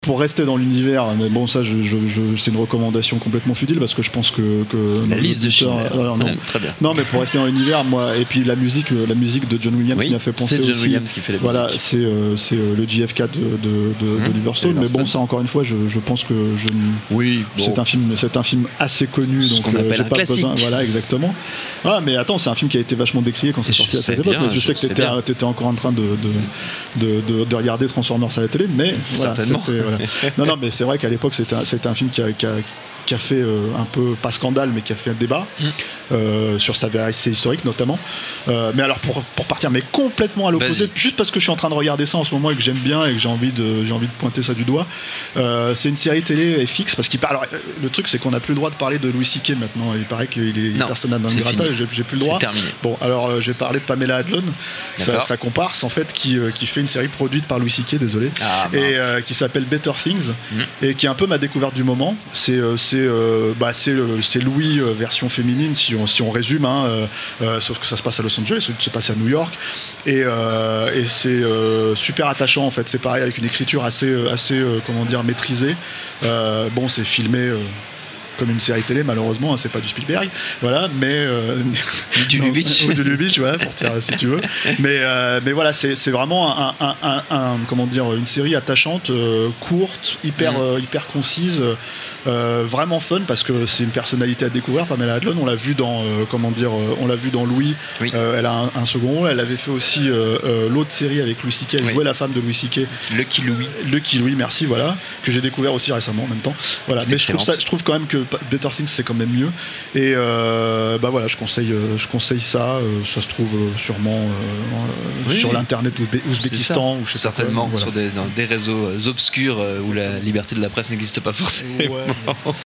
pour rester dans l'univers, mais bon, ça, c'est une recommandation complètement futile parce que je pense que la liste de Schindler. Non, très bien. Non, mais pour rester dans l'univers, moi, et puis la musique de John Williams qui m'a fait penser aussi. C'est John Williams qui fait la musique. Voilà, c'est le JFK d'Oliver Stone. Mais bon, ça, encore une fois, je pense que c'est un film assez connu, donc j'ai pas besoin. Voilà, exactement. Ah, mais attends, c'est un film qui a été vachement décrié quand c'est sorti à cette époque. Je sais que t'étais encore en train de regarder Transformers à la télé, mais certainement. Non, mais c'est vrai qu'à l'époque, c'était un film qui a fait un peu, pas scandale, mais qui a fait un débat sur sa véracité historique notamment. Mais alors pour partir mais complètement à l'opposé, juste parce que je suis en train de regarder ça en ce moment et que j'aime bien et que j'ai envie de pointer ça du doigt, c'est une série télé FX parce qu'il parle. Alors, le truc c'est qu'on n'a plus le droit de parler de Louis C.K. maintenant. Il paraît qu'il est personnage non grata. J'ai plus le droit. C'est terminé. Bon, alors je vais parler de Pamela Adlon, sa comparse en fait, qui fait une série produite par Louis C.K. désolé, et qui s'appelle Better Things et qui est un peu ma découverte du moment. C'est Louis version féminine si on résume, sauf que ça se passe à Los Angeles, ça se passe à New York, et c'est super attachant en fait. C'est pareil avec une écriture assez comment dire, maîtrisée. Bon, c'est filmé comme une série télé, malheureusement, c'est pas du Spielberg, voilà, mais du Lubitsch, ou du Lubitsch, voilà, pour tirer si tu veux, mais voilà, c'est vraiment comment dire, une série attachante, courte, hyper concise, vraiment fun parce que c'est une personnalité à découvrir. Pamela Adlon, on l'a vu dans Louis. Oui. Elle a un second rôle. Elle avait fait aussi l'autre série avec Louis C.K. Elle jouait la femme de Louis C.K. Lucky Louis, merci, voilà, que j'ai découvert aussi récemment en même temps. Voilà, mais je trouve quand même que Better Things c'est quand même mieux. Et voilà, je conseille ça. Ça se trouve sûrement sur l'internet Ouzbékistan ou je sais certainement pas quoi, voilà. Dans des réseaux obscurs où la liberté de la presse n'existe pas forcément. Ouais.